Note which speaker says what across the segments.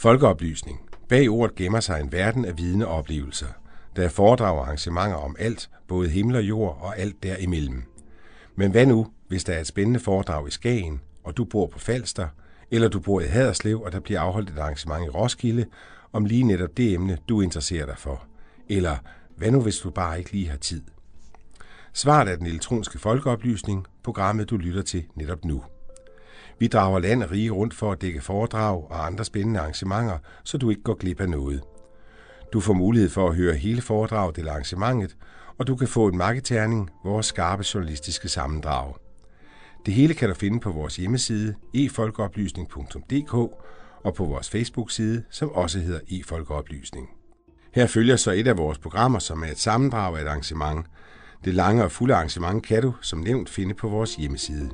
Speaker 1: Folkeoplysning. Bag ordet gemmer sig en verden af viden og oplevelser. Der er foredrag og arrangementer om alt, både himmel og jord og alt derimellem. Men hvad nu, hvis der er et spændende foredrag i Skagen, og du bor på Falster, eller du bor i Haderslev, og der bliver afholdt et arrangement i Roskilde, om lige netop det emne, du interesserer dig for? Eller hvad nu, hvis du bare ikke lige har tid? Svaret er den elektroniske folkeoplysning, programmet du lytter til netop nu. Vi drager land og rige rundt for at dække foredrag og andre spændende arrangementer, så du ikke går glip af noget. Du får mulighed for at høre hele foredraget eller arrangementet, og du kan få en marketerning, vores skarpe journalistiske sammendrag. Det hele kan du finde på vores hjemmeside efolkeoplysning.dk og på vores Facebook-side, som også hedder efolkeoplysning. Her følger så et af vores programmer, som er et sammendrag af et arrangement. Det lange og fulde arrangement kan du, som nævnt, finde på vores hjemmeside.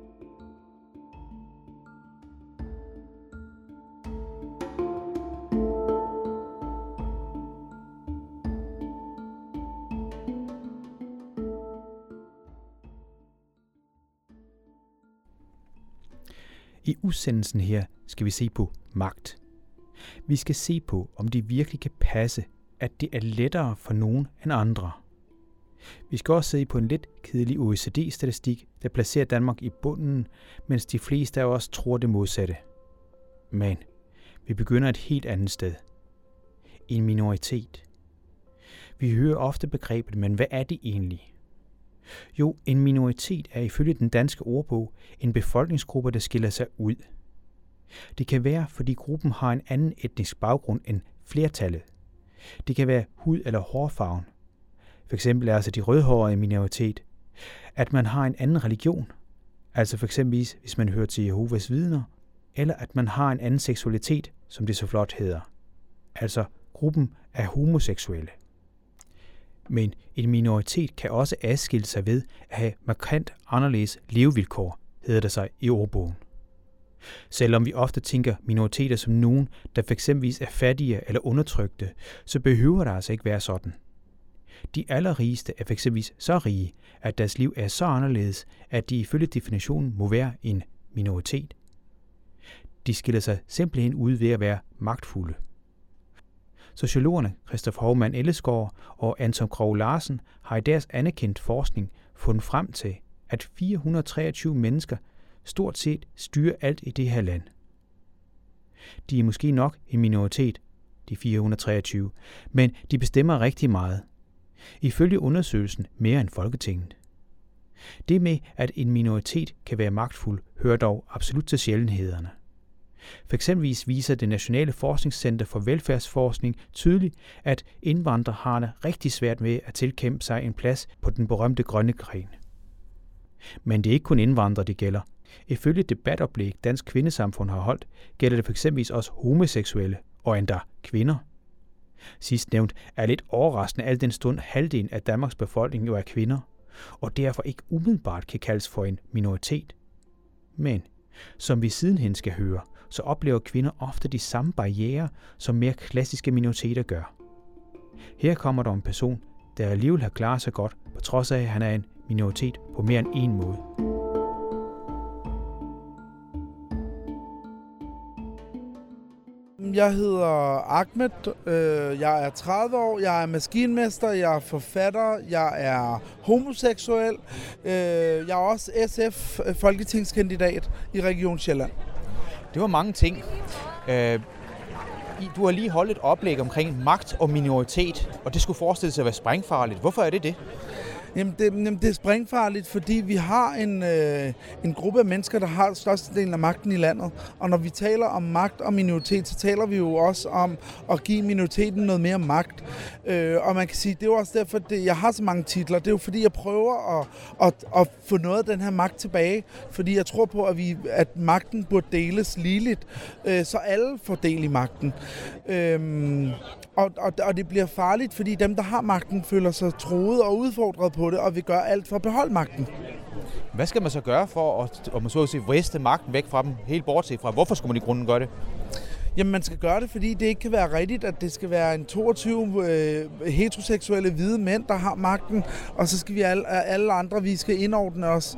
Speaker 2: I udsendelsen her skal vi se på magt. Vi skal se på, om det virkelig kan passe, at det er lettere for nogen end andre. Vi skal også se på en lidt kedelig OECD-statistik, der placerer Danmark i bunden, mens de fleste af os tror det modsatte. Men vi begynder et helt andet sted. En minoritet. Vi hører ofte begrebet, men hvad er det egentlig? Jo, en minoritet er ifølge den danske ordbog en befolkningsgruppe, der skiller sig ud. Det kan være, fordi gruppen har en anden etnisk baggrund end flertallet. Det kan være hud- eller hårfarven. For eksempel er altså de rødhårede en minoritet. At man har en anden religion, altså for eksempel hvis man hører til Jehovas vidner, eller at man har en anden seksualitet, som det så flot hedder. Altså gruppen af homoseksuelle. Men en minoritet kan også adskille sig ved at have markant anderledes levevilkår, hedder det sig i ordbogen. Selvom vi ofte tænker minoriteter som nogen, der f.eks. er fattige eller undertrykte, så behøver det altså ikke være sådan. De allerrigeste er f.eks. så rige, at deres liv er så anderledes, at de ifølge definitionen må være en minoritet. De skiller sig simpelthen ud ved at være magtfulde. Sociologerne Christopher Hovmand Ellesgaard og Anton Krogh Larsen har i deres anerkendt forskning fundet frem til, at 423 mennesker stort set styrer alt i det her land. De er måske nok en minoritet, de 423, men de bestemmer rigtig meget. Ifølge undersøgelsen mere end Folketinget. Det med, at en minoritet kan være magtfuld, hører dog absolut til sjældenhederne. For eksempelvis viser det Nationale Forskningscenter for Velfærdsforskning tydeligt, at indvandrere har det rigtig svært med at tilkæmpe sig en plads på den berømte grønne gren. Men det er ikke kun indvandrere, det gælder. Ifølge debatoplæg Dansk Kvindesamfund har holdt, gælder det for eksempelvis også homoseksuelle og endda kvinder. Sidst nævnt er lidt overraskende al den stund halvdelen af Danmarks befolkning jo er kvinder, og derfor ikke umiddelbart kan kaldes for en minoritet. Men, som vi sidenhen skal høre, så oplever kvinder ofte de samme barrierer, som mere klassiske minoriteter gør. Her kommer der en person, der alligevel har klaret sig godt, på trods af, at han er en minoritet på mere end en måde.
Speaker 3: Jeg hedder Ahmed, jeg er 30 år, jeg er maskinmester, jeg er forfatter, jeg er homoseksuel, jeg er også SF-folketingskandidat i Region Sjælland.
Speaker 2: Det var mange ting. Du har lige holdt et oplæg omkring magt og minoritet, og det skulle forestille sig at være sprængfarligt. Hvorfor er det det?
Speaker 3: Jamen det er sprængfarligt, fordi vi har en gruppe af mennesker, der har størstedelen af magten i landet. Og når vi taler om magt og minoritet, så taler vi jo også om at give minoriteten noget mere magt. Og man kan sige, det er jo også derfor, at jeg har så mange titler. Det er jo fordi, jeg prøver at få noget af den her magt tilbage. Fordi jeg tror på, at magten burde deles ligeligt, så alle får del i magten. Og det bliver farligt, fordi dem, der har magten, føler sig truet og udfordret på det, og vil gøre alt for at beholde magten.
Speaker 2: Hvad skal man så gøre for at man så at sige, vriste magten væk fra dem, helt bortset fra? Hvorfor skulle man i grunden gøre det?
Speaker 3: Jamen, man skal gøre det, fordi det ikke kan være rigtigt, at det skal være en 22 heteroseksuelle hvide mænd, der har magten, og så skal vi alle andre, vi skal indordne os.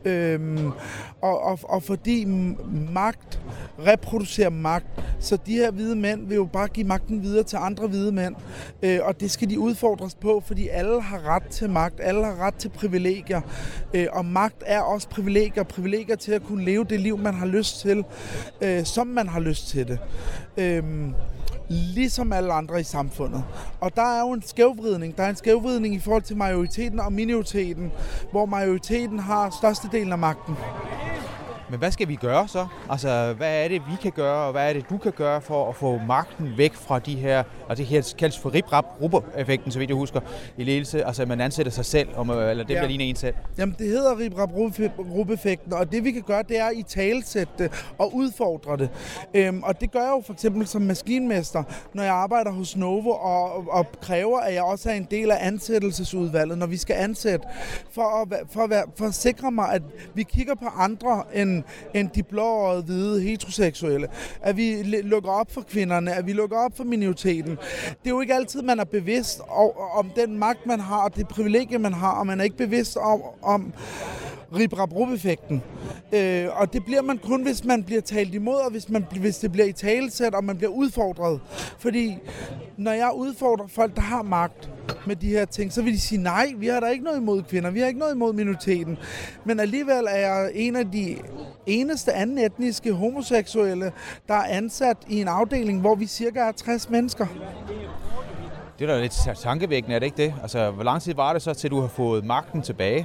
Speaker 3: Og fordi magt reproducerer magt, så de her hvide mænd vil jo bare give magten videre til andre hvide mænd, og det skal de udfordres på, fordi alle har ret til magt, alle har ret til privilegier, og magt er også privilegier til at kunne leve det liv, man har lyst til, som man har lyst til det. Ligesom alle andre i samfundet. Og der er jo en skævvridning. Der er en skævvridning i forhold til majoriteten og minoriteten, hvor majoriteten har størstedelen af magten.
Speaker 2: Men hvad skal vi gøre så? Altså, hvad er det, vi kan gøre, og hvad er det, du kan gøre for at få magten væk fra de her, og det her kaldes for rip-rap-ruppe-effekten, så vidt jeg husker, i ledelse. Altså, man ansætter sig selv, eller det bliver lige en selv.
Speaker 3: Jamen, det hedder rip-rap-ruppe-effekten, og det vi kan gøre, det er at italesætte det og udfordre det. Og det gør jeg jo for eksempel som maskinmester, når jeg arbejder hos Novo og kræver, at jeg også er en del af ansættelsesudvalget, når vi skal ansætte, for at sikre mig, at vi kigger på andre end de blåøjede, hvide, heteroseksuelle. At vi lukker op for kvinderne, at vi lukker op for minoriteten. Det er jo ikke altid, man er bevidst om den magt, man har, og det privilegie, man har, og man er ikke bevidst om rip-rap-ruppe-effekten. Og det bliver man kun, hvis man bliver talt imod, og hvis det bliver italesat, og man bliver udfordret. Fordi når jeg udfordrer folk, der har magt med de her ting, så vil de sige, nej, vi har da ikke noget imod kvinder, vi har ikke noget imod minoriteten. Men alligevel er jeg en af de eneste anden etniske homoseksuelle, der er ansat i en afdeling, hvor vi cirka er 60 mennesker.
Speaker 2: Det er da lidt tankevækkende, er det ikke det? Altså, hvor lang tid var det så, til du har fået magten tilbage?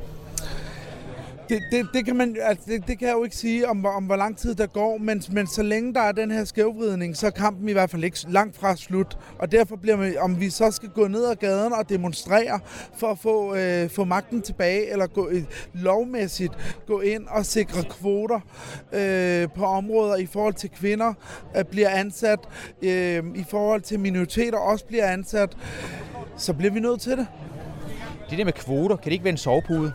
Speaker 3: Det kan jeg jo ikke sige om hvor lang tid der går, men så længe der er den her skævvridning, så er kampen i hvert fald ikke langt fra slut. Og derfor bliver om vi så skal gå ned ad gaden og demonstrere for at få magten tilbage, eller lovmæssigt gå ind og sikre kvoter på områder i forhold til kvinder bliver ansat, i forhold til minoriteter også bliver ansat, så bliver vi nødt til det.
Speaker 2: Det der med kvoter, kan det ikke være en sovepude?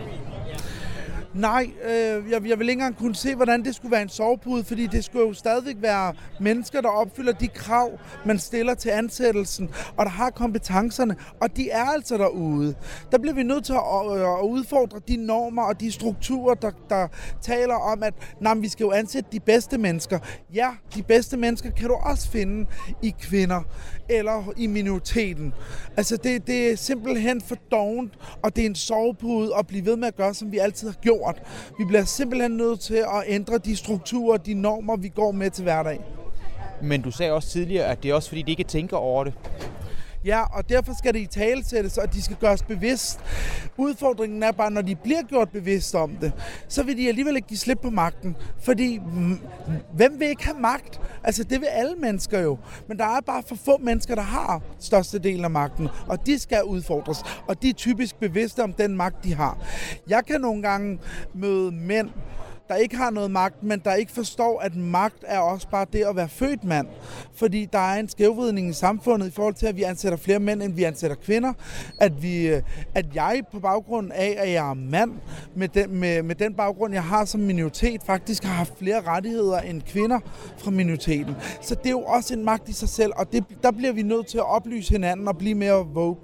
Speaker 3: Nej, jeg vil ikke engang kunne se, hvordan det skulle være en sovepude, fordi det skulle jo stadigvæk være mennesker, der opfylder de krav, man stiller til ansættelsen, og der har kompetencerne, og de er altså derude. Der bliver vi nødt til at udfordre de normer og de strukturer, der taler om, at vi skal jo ansætte de bedste mennesker. Ja, de bedste mennesker kan du også finde i kvinder eller i minoriteten. Altså, det er simpelthen for dovent, og det er en sovepude at blive ved med at gøre, som vi altid har gjort. Vi bliver simpelthen nødt til at ændre de strukturer, de normer, vi går med til hverdag.
Speaker 2: Men du sagde også tidligere, at det er også fordi, de ikke tænker over det.
Speaker 3: Ja, og derfor skal det italesættes, og de skal gøres bevidst. Udfordringen er bare, når de bliver gjort bevidst om det, så vil de alligevel ikke give slip på magten. Fordi hvem vil ikke have magt? Altså, det vil alle mennesker jo. Men der er bare for få mennesker, der har størstedelen af magten, og de skal udfordres. Og de er typisk bevidste om den magt, de har. Jeg kan nogle gange møde mænd, der ikke har noget magt, men der ikke forstår, at magt er også bare det at være født mand. Fordi der er en skævvridning i samfundet i forhold til, at vi ansætter flere mænd, end vi ansætter kvinder. At jeg på baggrund af, at jeg er mand, med den baggrund, jeg har som minoritet, faktisk har haft flere rettigheder end kvinder fra minoriteten. Så det er jo også en magt i sig selv, og der bliver vi nødt til at oplyse hinanden og blive mere woke.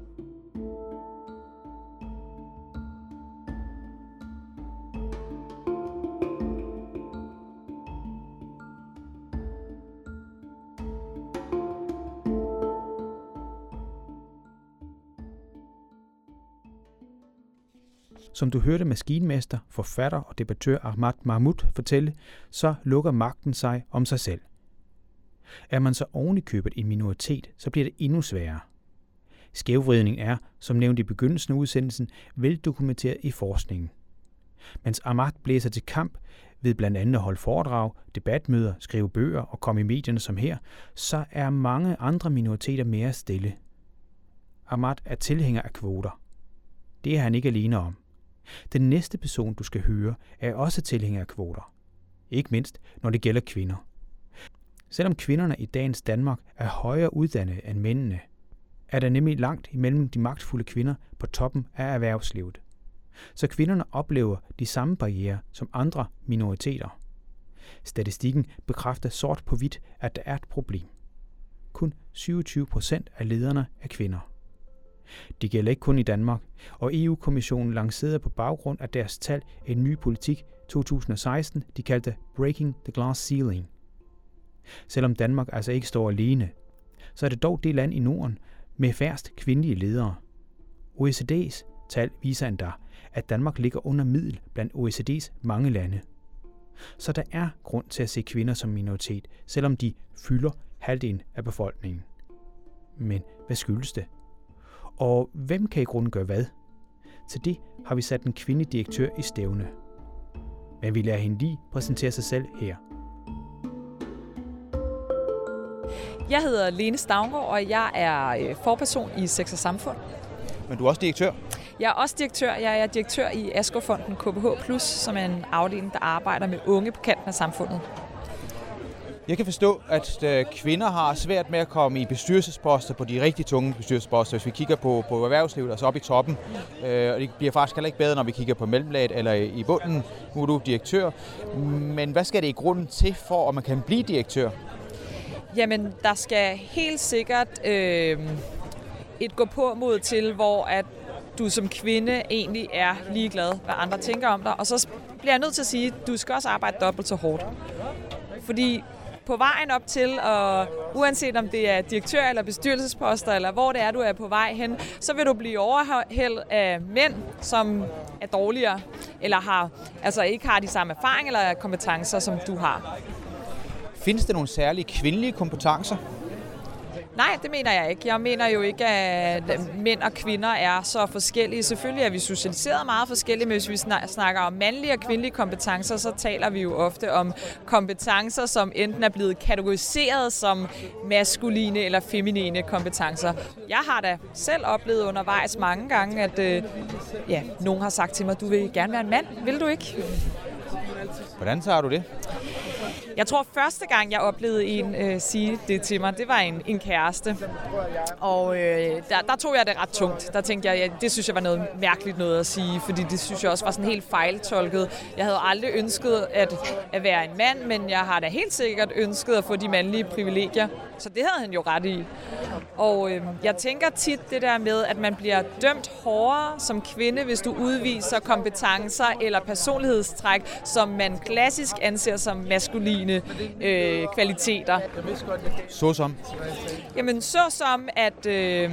Speaker 2: Som du hørte maskinmester, forfatter og debattør Ahmad Mahmoud fortælle, så lukker magten sig om sig selv. Er man så ovenikøbet en minoritet, så bliver det endnu sværere. Skævvridning er, som nævnt i begyndelsen af udsendelsen, veldokumenteret i forskningen. Mens Ahmad blæser til kamp ved blandt andet at holde foredrag, debatmøder, skrive bøger og komme i medierne som her, så er mange andre minoriteter mere stille. Ahmad er tilhænger af kvoter. Det er han ikke alene om. Den næste person, du skal høre, er også tilhænger af kvoter. Ikke mindst, når det gælder kvinder. Selvom kvinderne i dagens Danmark er højere uddannede end mændene, er der nemlig langt imellem de magtfulde kvinder på toppen af erhvervslivet. Så kvinderne oplever de samme barrierer som andre minoriteter. Statistikken bekræfter sort på hvidt, at der er et problem. Kun 27% af lederne er kvinder. Det gælder ikke kun i Danmark, og EU-kommissionen lancerede på baggrund af deres tal en ny politik 2016, de kaldte Breaking the Glass Ceiling. Selvom Danmark altså ikke står alene, så er det dog det land i Norden med færrest kvindelige ledere. OECD's tal viser endda, at Danmark ligger under middel blandt OECD's mange lande. Så der er grund til at se kvinder som minoritet, selvom de fylder halvdelen af befolkningen. Men hvad skyldes det? Og hvem kan i grunden gøre hvad? Til det har vi sat en kvindelig direktør i stævne. Men vi lader hende lige præsentere sig selv her.
Speaker 4: Jeg hedder Lene Stavngård, og jeg er forperson i Sex og Samfund.
Speaker 5: Men du er også direktør?
Speaker 4: Jeg er også direktør. Jeg er direktør i Askerfonden KBH+, som er en afdeling, der arbejder med unge på kanten af samfundet.
Speaker 5: Jeg kan forstå, at kvinder har svært med at komme i bestyrelsesposter, på de rigtig tunge bestyrelsesposter, hvis vi kigger på erhvervslivet, altså op i toppen. Og det bliver faktisk heller ikke bedre, når vi kigger på mellemlaget eller i bunden. Nu er du direktør. Men hvad skal det i grunden til for, at man kan blive direktør?
Speaker 4: Jamen, der skal helt sikkert et gå på mod til, hvor at du som kvinde egentlig er ligeglad, hvad andre tænker om dig. Og så bliver jeg nødt til at sige, at du skal også arbejde dobbelt så hårdt. Fordi på vejen op til, og uanset om det er direktør eller bestyrelsesposter, eller hvor det er, du er på vej hen, så vil du blive overhældt af mænd, som er dårligere, eller ikke har de samme erfaring eller kompetencer, som du har.
Speaker 5: Findes der nogle særlige kvindelige kompetencer?
Speaker 4: Nej, det mener jeg ikke. Jeg mener jo ikke, at mænd og kvinder er så forskellige. Selvfølgelig er vi socialiseret meget forskellige, men hvis vi snakker om mandlige og kvindelige kompetencer, så taler vi jo ofte om kompetencer, som enten er blevet kategoriseret som maskuline eller feminine kompetencer. Jeg har da selv oplevet undervejs mange gange, at nogen har sagt til mig, du vil gerne være en mand. Vil du ikke?
Speaker 5: Hvordan tager du det?
Speaker 4: Jeg tror, første gang, jeg oplevede en sige det til mig, det var en kæreste. Og der tog jeg det ret tungt. Der tænkte jeg, det synes jeg var noget mærkeligt noget at sige, fordi det synes jeg også var sådan helt fejltolket. Jeg havde aldrig ønsket at være en mand, men jeg har da helt sikkert ønsket at få de mandlige privilegier. Så det havde han jo ret i. Og jeg tænker tit det der med, at man bliver dømt hårdere som kvinde, hvis du udviser kompetencer eller personlighedstræk, som man klassisk anser som maskuline kvaliteter.
Speaker 5: Såsom?
Speaker 4: Jamen såsom at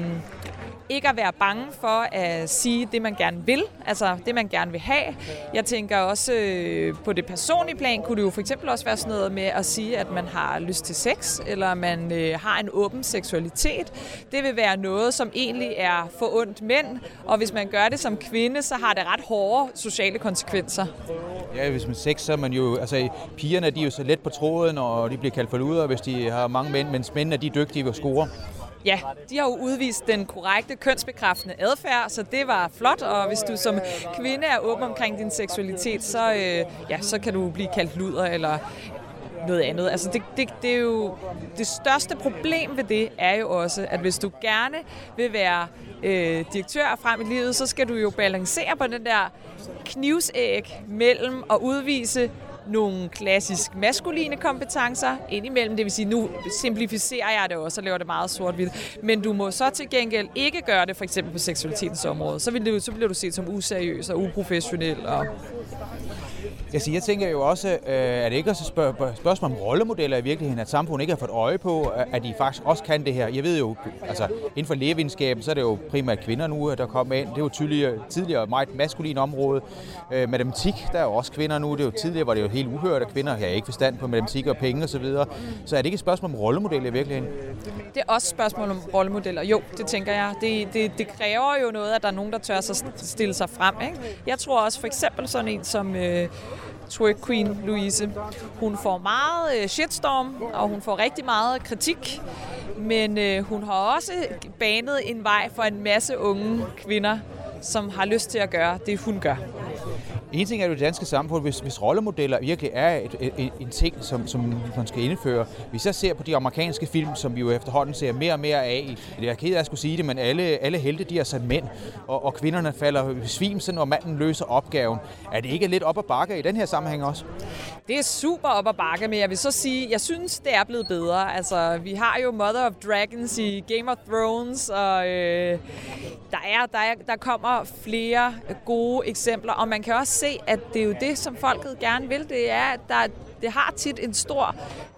Speaker 4: ikke at være bange for at sige det, man gerne vil, altså det, man gerne vil have. Jeg tænker også på det personlige plan, kunne det jo for eksempel også være sådan noget med at sige, at man har lyst til sex, eller man har en åben seksualitet. Det vil være noget, som egentlig er forundt mænd, og hvis man gør det som kvinde, så har det ret hårde sociale konsekvenser.
Speaker 5: Ja, hvis man sex, så er man jo, altså pigerne de er jo så let på tråden, og de bliver kaldt for luder, hvis de har mange mænd, mens mændene de er dygtige ved at score.
Speaker 4: Ja, de har jo udvist den korrekte kønsbekræftende adfærd, så det var flot, og hvis du som kvinde er åben omkring din seksualitet, så kan du blive kaldt luder eller noget andet. Altså det er jo det største problem ved det er jo også, at hvis du gerne vil være direktør frem i livet, så skal du jo balancere på den der knivsæg mellem at udvise nogle klassisk maskuline kompetencer indimellem. Det vil sige, nu simplificerer jeg det også og laver det meget sort-hvidt. Men du må så til gengæld ikke gøre det for eksempel på seksualitetens område. Så bliver du set som useriøs og uprofessionel.
Speaker 5: Jeg tænker jo også, at det ikke er så spørgsmål om rollemodeller i virkeligheden, at samfundet ikke har fået øje på, at de faktisk også kan det her. Jeg ved jo, altså inden for lægevidenskaben, så er det jo primært kvinder nu, der kommer ind. Det er jo tidligere meget maskulin område. Matematik, der er jo også kvinder nu. Det er jo tidligere, hvor det jo helt uhørt, at kvinder har ikke forstand på matematik og penge osv. Så er det ikke et spørgsmål om rollemodeller i virkeligheden? Det
Speaker 4: er også et spørgsmål om rollemodeller. Jo, det tænker jeg. Det kræver jo noget, at der er nogen, der tør sig stille sig frem. Ikke? Jeg tror også for eksempel sådan en som Twerk Queen Louise. Hun får meget shitstorm, og hun får rigtig meget kritik, men hun har også banet en vej for en masse unge kvinder, som har lyst til at gøre det, hun gør.
Speaker 5: En ting er jo det danske samfund, hvis rollemodeller virkelig er en ting, som man skal indføre. Vi så ser på de amerikanske film, som vi jo efterhånden ser mere og mere af. Jeg er ked af at skulle sige det, men alle helte, de er sat mænd, og kvinderne falder svimse, når manden løser opgaven. Er det ikke lidt op ad bakke i den her sammenhæng også?
Speaker 4: Det er super op ad bakke, men jeg vil så sige, jeg synes, det er blevet bedre. Altså, vi har jo Mother of Dragons i Game of Thrones, og der kommer flere gode eksempler, og man kan også se, at det er jo det, som folket gerne vil. Det er, at det har tit en stor...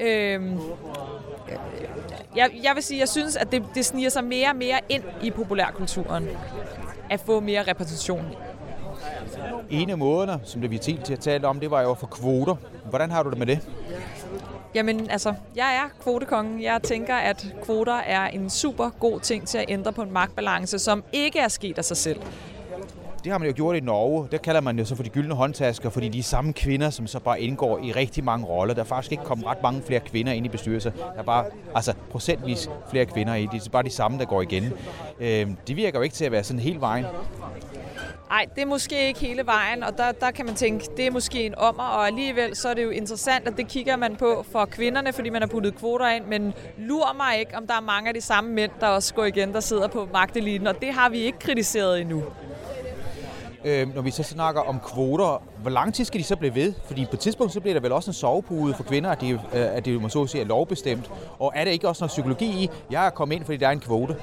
Speaker 4: Jeg vil sige, jeg synes, at det sniger sig mere og mere ind i populærkulturen at få mere repræsentation.
Speaker 5: En af måderne, som det vi til at tale om, det var jo at få kvoter. Hvordan har du det med det?
Speaker 4: Jamen, altså, jeg er kvotekongen. Jeg tænker, at kvoter er en super god ting til at ændre på en magtbalance, som ikke er sket af sig selv.
Speaker 5: Det har man jo gjort i Norge. Der kalder man det så for de gyldne håndtasker, fordi de samme kvinder, som så bare indgår i rigtig mange roller. Der er faktisk ikke kommet ret mange flere kvinder ind i bestyrelser. Der er bare procentvis flere kvinder i. Det er bare de samme, der går igen. Det virker jo ikke til at være sådan helt vejen.
Speaker 4: Nej, det er måske ikke hele vejen, og der kan man tænke, det er måske en ommer, og alligevel så er det jo interessant, at det kigger man på for kvinderne, fordi man har puttet kvoter ind, men lurer mig ikke, om der er mange af de samme mænd, der også går igen, der sidder på magteliten, og det har vi ikke kritiseret endnu.
Speaker 5: Når vi så snakker om kvoter, hvor lang tid skal de så blive ved? Fordi på et tidspunkt så bliver der vel også en sovepude for kvinder, at det må så at sige er lovbestemt. Og er der ikke også noget psykologi i, jeg er kommet ind, fordi der er en kvote?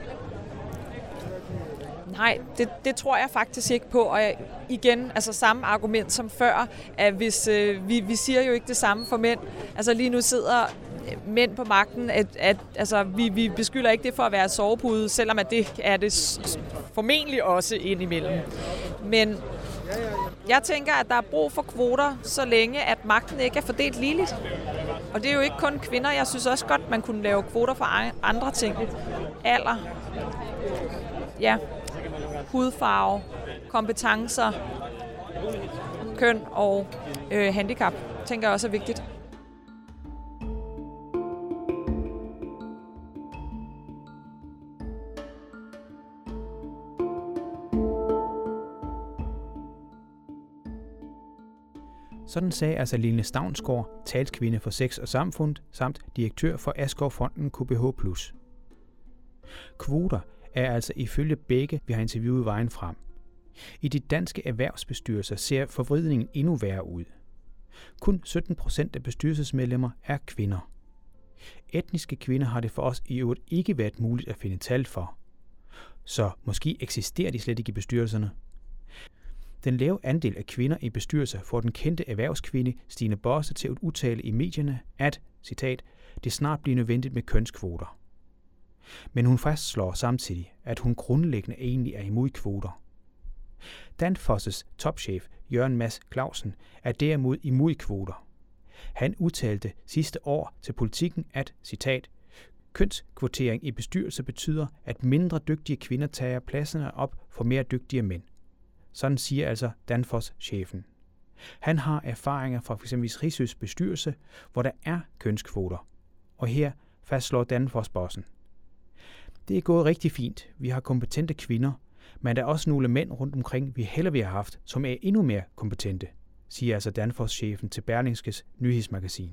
Speaker 4: Nej, det tror jeg faktisk ikke på. Og igen, altså samme argument som før, at hvis vi siger jo ikke det samme for mænd. Altså lige nu sidder mænd på magten, altså vi beskylder ikke det for at være sovepude, selvom at det er det formentlig også indimellem. Men jeg tænker, at der er brug for kvoter, så længe at magten ikke er fordelt ligeligt. Og det er jo ikke kun kvinder. Jeg synes også godt, man kunne lave kvoter for andre ting. Alder, ja, hudfarve, kompetencer, køn og handicap, tænker jeg også er vigtigt.
Speaker 2: Sådan sagde altså Line Stavnsgaard, talskvinde for Sex og Samfund, samt direktør for Asgaard-fonden KBH+. Kvoter er altså ifølge begge, vi har interviewet vejen frem. I de danske erhvervsbestyrelser ser forvridningen endnu værre ud. Kun 17% af bestyrelsesmedlemmer er kvinder. Etniske kvinder har det for os i øvrigt ikke været muligt at finde tal for. Så måske eksisterer de slet ikke i bestyrelserne. Den lave andel af kvinder i bestyrelser får den kendte erhvervskvinde Stine Bosse til at udtale i medierne, at, citat, det snart bliver nødvendigt med kønskvoter. Men hun fastslår samtidig, at hun grundlæggende egentlig er imod kvoter. Danfoss' topchef Jørgen Mads Clausen er derimod imod kvoter. Han udtalte sidste år til Politiken, at, citat, kønskvotering i bestyrelser betyder, at mindre dygtige kvinder tager pladserne op for mere dygtige mænd. Sådan siger altså Danfoss-chefen. Han har erfaringer fra f.eks. Risøs bestyrelse, hvor der er kønskvoter. Og her fastslår Danfoss-bossen. Det er gået rigtig fint. Vi har kompetente kvinder, men der er også nogle mænd rundt omkring, vi hellere vil have haft, som er endnu mere kompetente, siger altså Danfoss-chefen til Berlingskes nyhedsmagasin.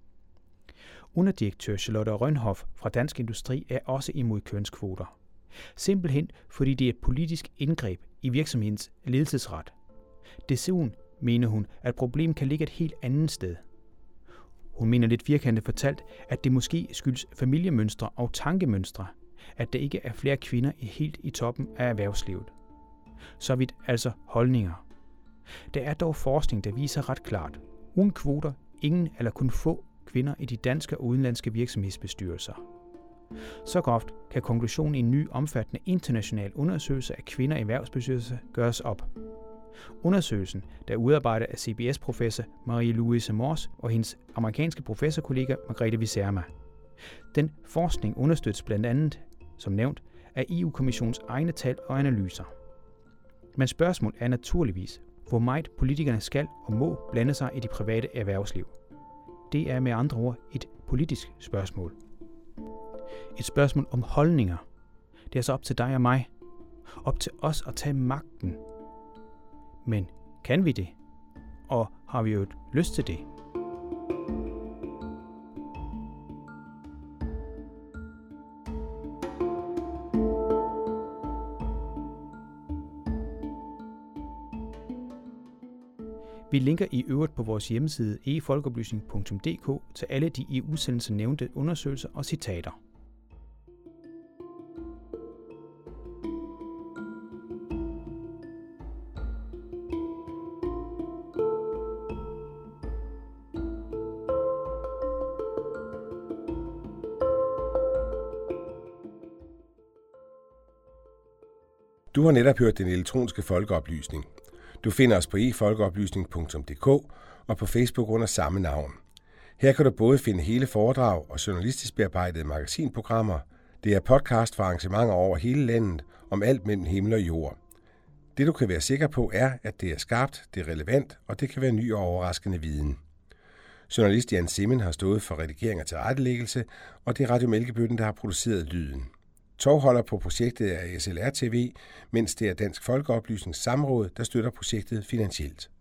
Speaker 2: Underdirektør Charlotte Rønhoff fra Dansk Industri er også imod kønskvoter. Simpelthen fordi det er et politisk indgreb i virksomhedens ledelsesret. Desuden mener hun, at problemet kan ligge et helt andet sted. Hun mener lidt firkantet fortalt, at det måske skyldes familiemønstre og tankemønstre, at der ikke er flere kvinder helt i toppen af erhvervslivet. Så vidt altså holdninger. Der er dog forskning, der viser ret klart, uden kvoter ingen eller kun få kvinder i de danske og udenlandske virksomhedsbestyrelser. Så groft kan konklusionen i en ny omfattende international undersøgelse af kvinder i erhvervsbestyrelser gøres op. Undersøgelsen, der er udarbejdet af CBS-professor Marie-Louise Mors og hendes amerikanske professorkollega Margrethe Viserma. Den forskning understøttes blandt andet, som nævnt, af EU-kommissionens egne tal og analyser. Men spørgsmålet er naturligvis, hvor meget politikerne skal og må blande sig i det private erhvervsliv. Det er med andre ord et politisk spørgsmål. Et spørgsmål om holdninger. Det er så op til dig og mig. Op til os at tage magten. Men kan vi det? Og har vi jo lyst til det? Vi linker i øvrigt på vores hjemmeside efolkeoplysning.dk til alle de i udsendelsen nævnte undersøgelser og citater.
Speaker 1: Du har netop hørt den elektroniske folkeoplysning. Du finder os på efolkeoplysning.dk og på Facebook under samme navn. Her kan du både finde hele foredrag og journalistisk bearbejdede magasinprogrammer. Det er podcast for arrangementer over hele landet om alt mellem himmel og jord. Det du kan være sikker på er, at det er skarpt, det er relevant og det kan være ny og overraskende viden. Journalist Jan Simmen har stået for redigering og tilrettelæggelse, og det er Radio Mælkebøtten, der har produceret lyden. Tovholder på projektet er SLR TV, mens det er Dansk Folkeoplysnings Samråd, der støtter projektet finansielt.